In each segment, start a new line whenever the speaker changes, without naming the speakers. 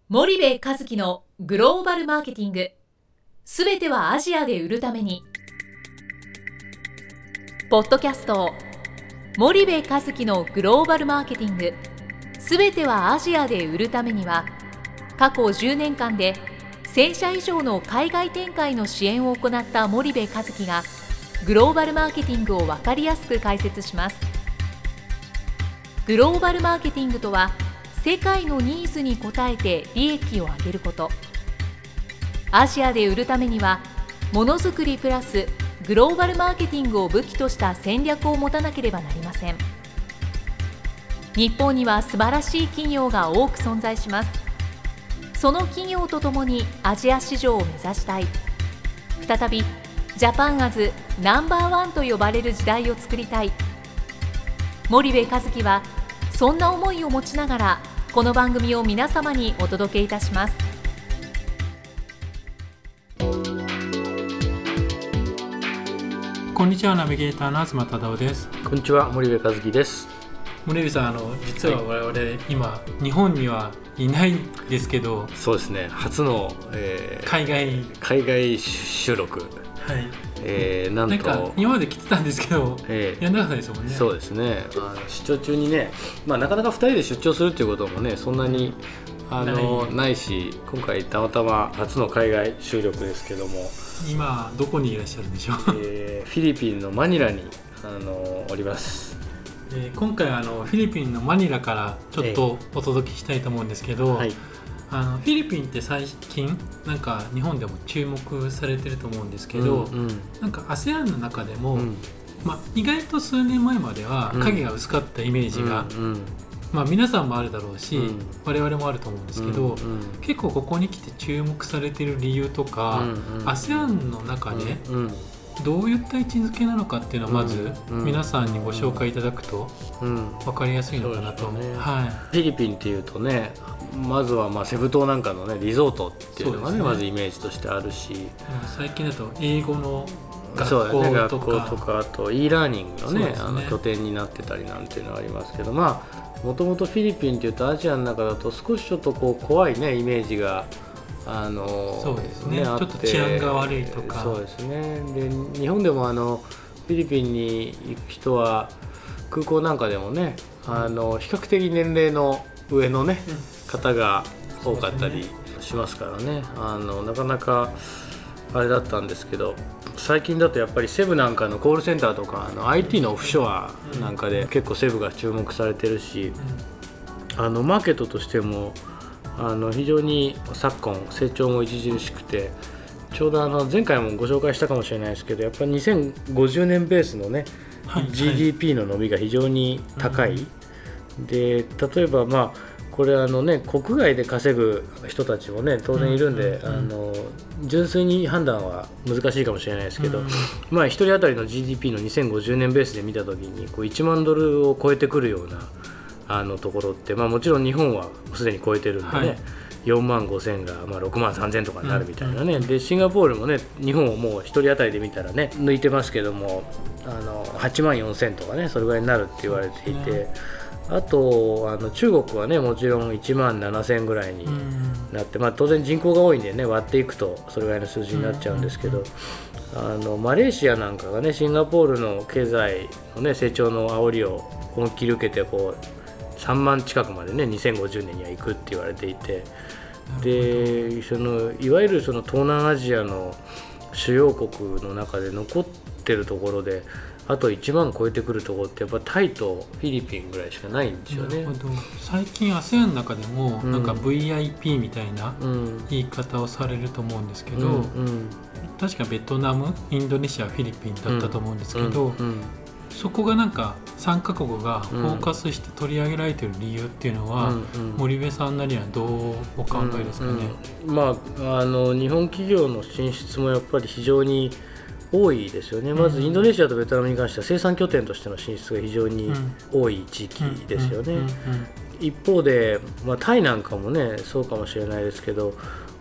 森部一樹のグローバルマーケティング、すべてはアジアで売るために。ポッドキャスト森部一樹のグローバルマーケティング、すべてはアジアで売るためには、過去10年間で1000社以上の海外展開の支援を行った森部一樹がグローバルマーケティングを分かりやすく解説します。グローバルマーケティングとは、世界のニーズに応えて利益を上げること。アジアで売るためには、ものづくりプラスグローバルマーケティングを武器とした戦略を持たなければなりません。日本には素晴らしい企業が多く存在します。その企業とともにアジア市場を目指したい。再びジャパンアズナンバーワンと呼ばれる時代を作りたい。森部一樹はそんな思いを持ちながら、この番組を皆様にお届けいたします。
こんにちは、ナビゲーターの東忠夫です。
こんにちは、森部一樹です。
森部さん、実は我々、今日本にはいないんですけど、
そうですね、初の、海外収録、
はい、
なんか
今まで来てたんですけど、やんなかったですもんね。
そうですね、出張中にね、なかなか2人で出張するっていうこともね、そんなにないし、今回たまたま初の海外収録ですけども、
今どこにいらっしゃるんでしょう。
フィリピンのマニラにおります。
今回フィリピンのマニラからちょっとお届けしたいと思うんですけど、はい、フィリピンって最近なんか日本でも注目されてると思うんですけど、なんか ASEAN の中でも、意外と数年前までは影が薄かったイメージが、皆さんもあるだろうし、我々もあると思うんですけど、結構ここに来て注目されてる理由とか、ASEAN の中でどういった位置づけなのかっていうのをまず皆さんにご紹介いただくと分かりやすいのかなと。フ
ィリピンっていうとね、まずはセブ島なんかのね、リゾートっていうのがね、まずイメージとしてあるし、
最近だと英語の学校とか、
あと e ラーニングのね、拠点になってたりなんていうのがありますけど、もともとフィリピンっていうとアジアの中だと少しちょっと怖いねイメージが
そうですね、ちょっと治安が悪いとか。
そうですね。で、日本でもフィリピンに行く人は空港なんかでもね、比較的年齢の上のね、方が多かったりしますからね、なかなかあれだったんですけど、最近だとやっぱりセブなんかのコールセンターとかIT のオフショアなんかで結構セブが注目されてるし、マーケットとしても非常に昨今成長も著しくて、ちょうど前回もご紹介したかもしれないですけど、やっぱり2050年ベースのね、GDP の伸びが非常に高い。で、例えばこれ国外で稼ぐ人たちもね当然いるんで、純粋に判断は難しいかもしれないですけど、1人当たりの GDP の2050年ベースで見たときに1万ドルを超えてくるようなところって、もちろん日本はすでに超えてるんでね、4万5千が6万3千とかになるみたいなね、でシンガポールもね、日本をもう1人当たりで見たらね抜いてますけども、8万4千とかね、それぐらいになるって言われていて、あと中国はねもちろん1万7千ぐらいになって、当然人口が多いんでね、割っていくとそれぐらいの数字になっちゃうんですけど、マレーシアなんかがね、シンガポールの経済のね成長の煽りを思いっきり受けて3万近くまでね2050年には行くって言われていて、でいわゆる東南アジアの主要国の中で残ってるところで、あと1万超えてくるところってやっぱタイとフィリピンぐらいしかないんですよね。
最近 ASEAN の中でもなんか VIP みたいな言い方をされると思うんですけど、確かベトナム、インドネシア、フィリピンだったと思うんですけど、そこがなんか3カ国がフォーカスして取り上げられている理由っていうのは、森部さんなりはどうお考えですかね。
日本企業の進出もやっぱり非常に多いですよね。まずインドネシアとベトナムに関しては生産拠点としての進出が非常に多い地域ですよね。一方で、タイなんかもねそうかもしれないですけど、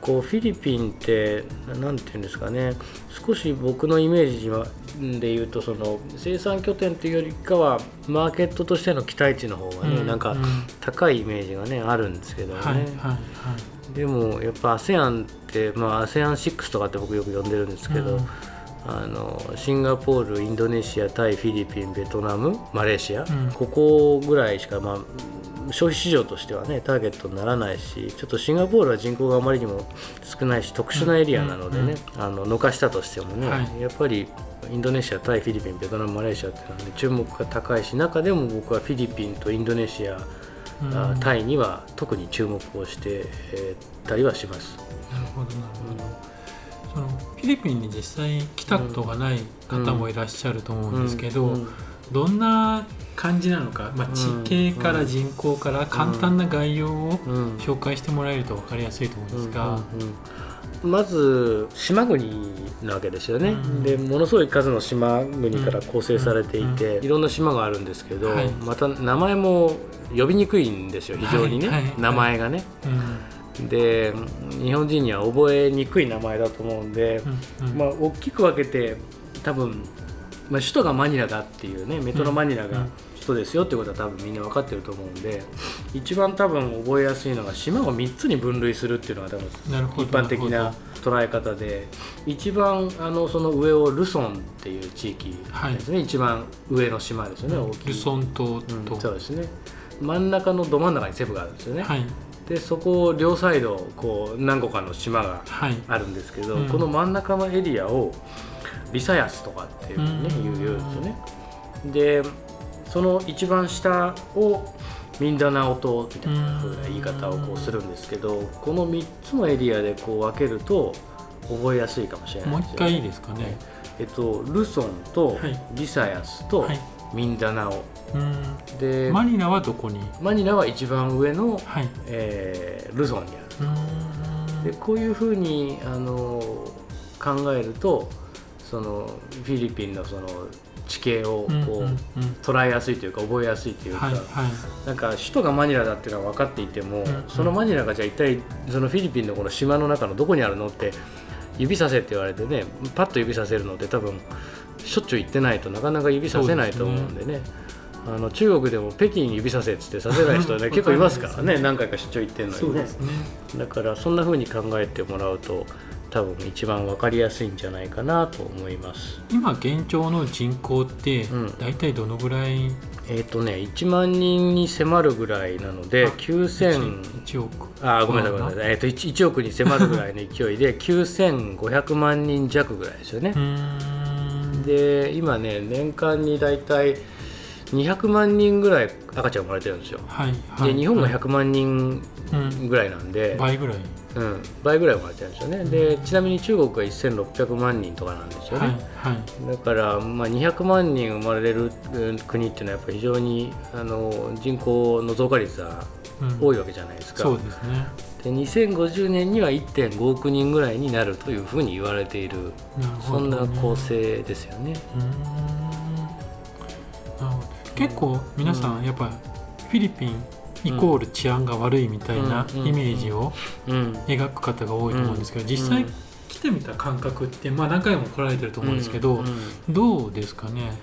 こうフィリピンってなんていうんですかね、少し僕のイメージで言うとその生産拠点というよりかはマーケットとしての期待値の方がね、なんか高いイメージがねあるんですけどね、でもやっぱ ASEAN って、ASEAN6 とかって僕よく呼んでるんですけど、シンガポール、インドネシア、タイ、フィリピン、ベトナム、マレーシア、ここぐらいしか、消費市場としてはねターゲットにならないし、ちょっとシンガポールは人口があまりにも少ないし特殊なエリアなのでね、逃したとしてもね、やっぱりインドネシア、タイ、フィリピン、ベトナム、マレーシアっていうのは、ね、注目が高いし、中でも僕はフィリピンとインドネシア、タイには特に注目をしてたりはします。
なるほどなるほど。そのフィリピンに実際来たことがない方もいらっしゃると思うんですけど、どんな感じなのか、地形から人口から簡単な概要を紹介してもらえると分かりやすいと思うんですが、
まず島国なわけですよね、でものすごい数の島国から構成されていて、いろんな島があるんですけど、また名前も呼びにくいんですよ、非常にね、名前がね、で日本人には覚えにくい名前だと思うんで、大きく分けて多分、首都がマニラだっていうね、メトロマニラが首都ですよっていうことは多分みんな分かってると思うんで、一番多分覚えやすいのが島を3つに分類するっていうのが多分一般的な捉え方で、一番その上をルソンっていう地域ですね、一番上の島ですよね、大きい
ルソン島と、
そうですね、真ん中のど真ん中にセブがあるんですよね、でそこを両サイドこう何個かの島があるんですけど、この真ん中のエリアをリサヤスとかっていうふうにね、言うんですよね。でその一番下をミンダナオ島みたいな風な言い方をこうするんですけど、この3つのエリアでこう分けると覚えやすいかもしれないですよね。
もう一回いいですかね。
ルソンとリサヤスとミンダナオ、
でマニラはどこに？
マニラは一番上の、ルソンにある。でこういうふうに考えると、そのフィリピンのその地形をこう捉えやすいというか覚えやすいというか、なんか首都がマニラだっていうのは分かっていても、そのマニラがじゃあ一体そのフィリピンのこの島の中のどこにあるのって指させって言われてね、パッと指させるのって多分しょっちゅう行ってないとなかなか指させないと思うんでね、中国でも北京に指させってさせない人はね結構いますからね、何回か出張行ってるのにね。だからそんな風に考えてもらうと多分一番分かりやすいんじゃないかなと思います。
今現状の人口って大体どのぐらい？
1万人に迫るぐらいなので、
1億、
ごめんなさい、1億に迫るぐらいの勢いで9500万人弱ぐらいですよね。で今ね、年間に大体200万人ぐらい赤ちゃん生まれてるんですよ。で日本が100万人ぐらいなんで、
倍ぐらい、
倍ぐらい生まれてるんですよね。でちなみに中国が1600万人とかなんですよね。だから200万人生まれる国っていうのはやっぱり非常に人口の増加率が多いわけじゃないですか。
そうですね。
で2050年には 1.5 億人ぐらいになるというふうに言われている、そんな構成ですよね。
結構皆さんやっぱフィリピンイコール治安が悪いみたいなイメージを描く方が多いと思うんですけど、実際来てみた感覚って何回も来られてると思うんですけど、どうですかね？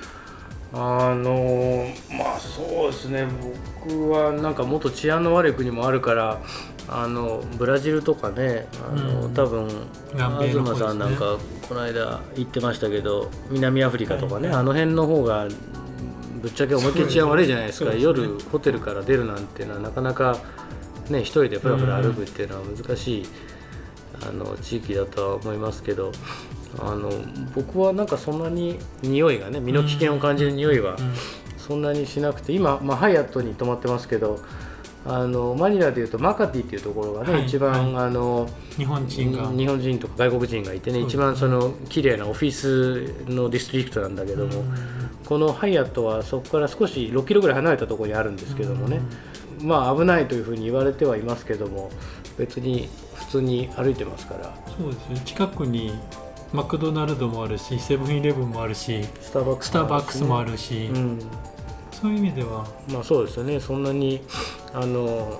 そうですね、僕はなんかもっと治安の悪い国もあるから、ブラジルとかね、多分東さんなんかこの間言ってましたけど、南アフリカとかね、あの辺の方がぶっちゃけ思いっきり治安悪いじゃないですか。夜ホテルから出るなんていうのはなかなかね、一人でふらふら歩くっていうのは難しい地域だとは思いますけど、僕はなんかそんなに匂いがね、身の危険を感じる匂いはそんなにしなくて、今、ハイアットに泊まってますけど、マニラでいうとマカティっていうところがね、一番
日本
人とか外国人がいてね、一番その綺麗なオフィスのディストリクトなんだけども、このハイアットはそこから少し6キロぐらい離れたところにあるんですけどもね、危ないというふうに言われてはいますけども、別に普通に歩いてますから。
そうですね、近くにマクドナルドもあるし、セブンイレブンもあるし、スターバックスもあるし、そういう意味では
そうですよね。そんなに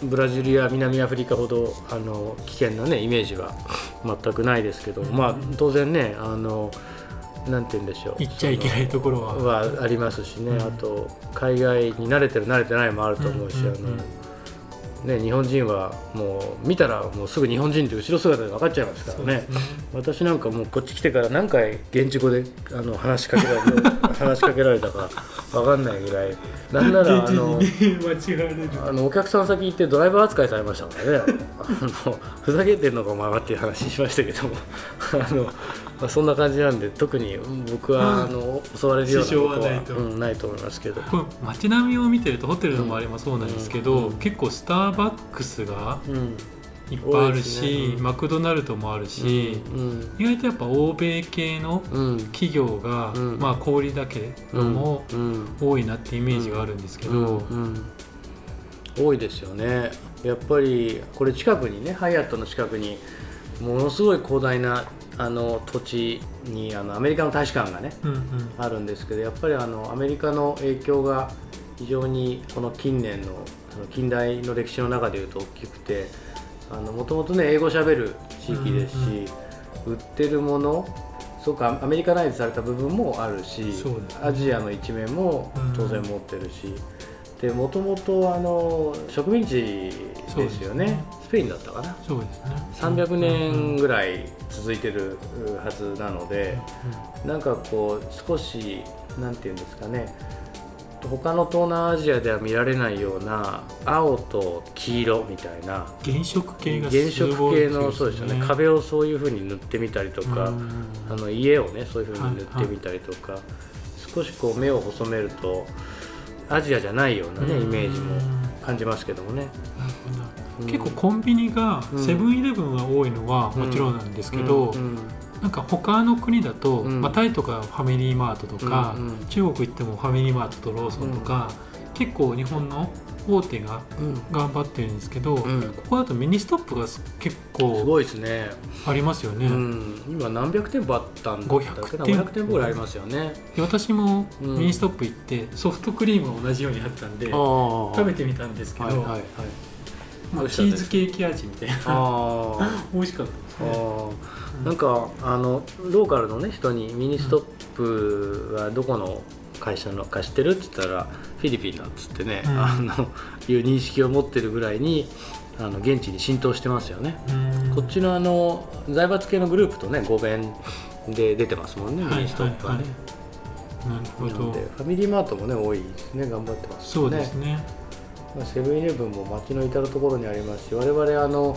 ブラジルや南アフリカほど危険な、ね、イメージは全くないですけど、まあ、当然ねなんて言うんでしょう、
行っちゃいけないところは
ありますしね、あと海外に慣れてる慣れてないもあると思うし、ね、日本人はもう見たらもうすぐ日本人って後ろ姿で分かっちゃいますからね。私なんかもうこっち来てから何回現地語で話しかけられたか分かんないぐらい、なんならお客さん先行ってドライバー扱いされましたからねふざけてんのかお前はっていう話しましたけどもそんな感じなんで、特に僕は襲われるようなことはないと思いますけど、
これ街並みを見てるとホテルの周りもそうなんですけど、結構スターバックスがいっぱいあるし、マクドナルドもあるし、意外とやっぱ欧米系の企業が、まあ小売りだけども多いなってイメージがあるんですけど、
多いですよね。やっぱりこれ近くにね、ハイアットの近くにものすごい広大な土地にアメリカの大使館がね、あるんですけど、やっぱりアメリカの影響が非常にこの近年の近代の歴史の中でいうと大きくて、もともとね英語しゃべる地域ですし、売ってるものすごくアメリカナイズされた部分もあるし、アジアの一面も当然持ってるし、でもともと植民地ですよね。スペインだったかな。
そうですね。
300年ぐらい続いてるはずなので、なんかこう少しなんていうんですかね、他の東南アジアでは見られないような青と黄色みたいな
原色系がすごいですよね。
原色系のそうですよね。壁をそういう風に塗ってみたりとか、家をねそういう風に塗ってみたりとか、少しこう目を細めるとアジアじゃないようなねイメージも感じますけどもね。
結構コンビニがセブンイレブンが多いのはもちろんなんですけど、なんか他の国だと、タイとかファミリーマートとか、中国行ってもファミリーマートとローソンとか、結構日本の大手が頑張ってるんですけど、ここだとミニストップが結構
すごいですね。
ありますよね。
今何百店舗あったんだっけな、500店舗ぐらいありますよね。
で私もミニストップ行ってソフトクリームが同じようにあったんで食べてみたたんですけど、チーズケーキ味みたいな美味しかったですね。
なんかローカルの、ね、人にミニストップはどこの会社のか知ってるって言ったらフィリピンだっつってね、いう認識を持ってるぐらいに現地に浸透してますよね。こっちの財閥系のグループとね合弁で出てますもんね、ミニストップはね。
なるほど。
ファミリーマートもね多いですね、頑張ってますね。
そうですね。
セブンイレブンも街の至る所にありますし、我々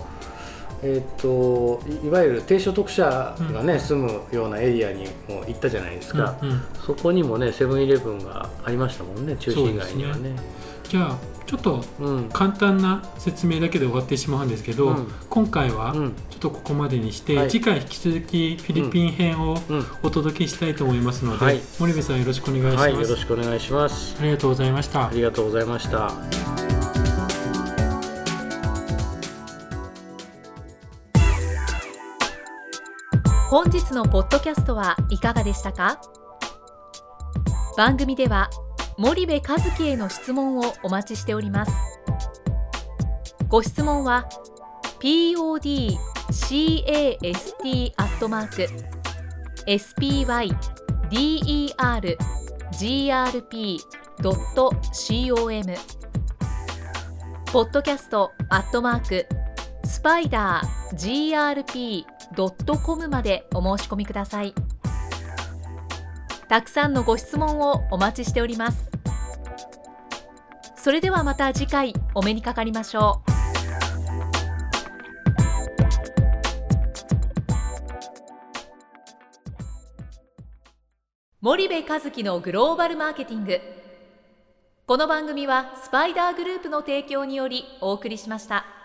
いわゆる低所得者がね、住むようなエリアにも行ったじゃないですか。そこにもねセブンイレブンがありましたもんね、中心街にはね。
じゃあちょっと簡単な説明だけで終わってしまうんですけど、今回はちょっとここまでにして、次回引き続きフィリピン編をお届けしたいと思いますので、森部さんよろしくお願いします。
よろしくお願いします。
ありがとうございました。
ありがとうございました。
本日のポッドキャストはいかがでしたか？番組では森部一樹への質問をお待ちしております。ご質問は podcast@spydergrp.com podcast@spidergrp.com までお申し込みください。たくさんのご質問をお待ちしております。それではまた次回お目にかかりましょう。森部一樹のグローバルマーケティング。この番組はスパイダーグループの提供によりお送りしました。